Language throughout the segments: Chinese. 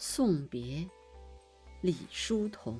送别，李叔同。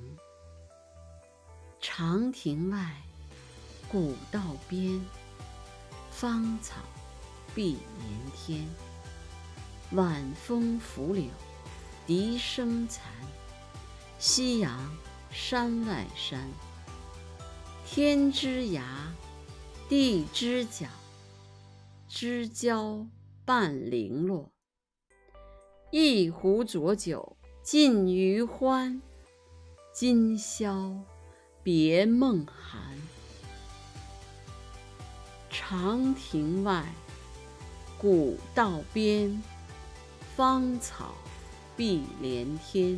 长亭外，古道边，芳草碧连天。晚风拂柳，笛声残。夕阳山外山，天之涯，地之角，知交半零落。一壶浊酒尽余欢，今宵别梦寒。长亭外，古道边，芳草碧连天。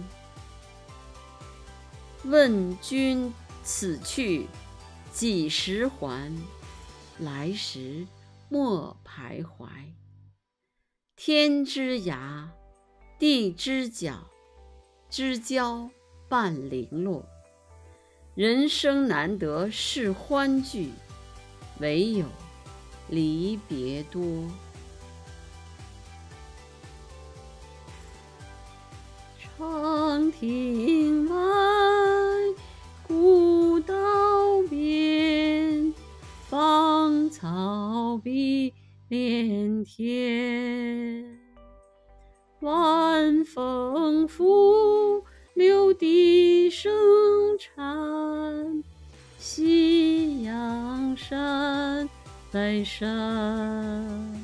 问君此去几时还？来时莫徘徊。天之涯，地之角，知交半零落。人生难得是欢聚，唯有离别多。长亭外，古道边，芳草碧连天。晚风拂柳，笛声残。夕阳山外山，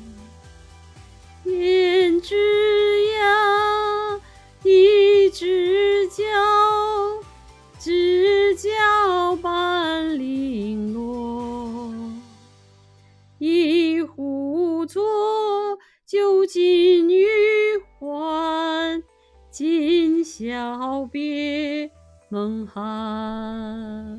天之涯，地之角，知交半零落。一壶浊酒尽余欢，今宵别梦寒。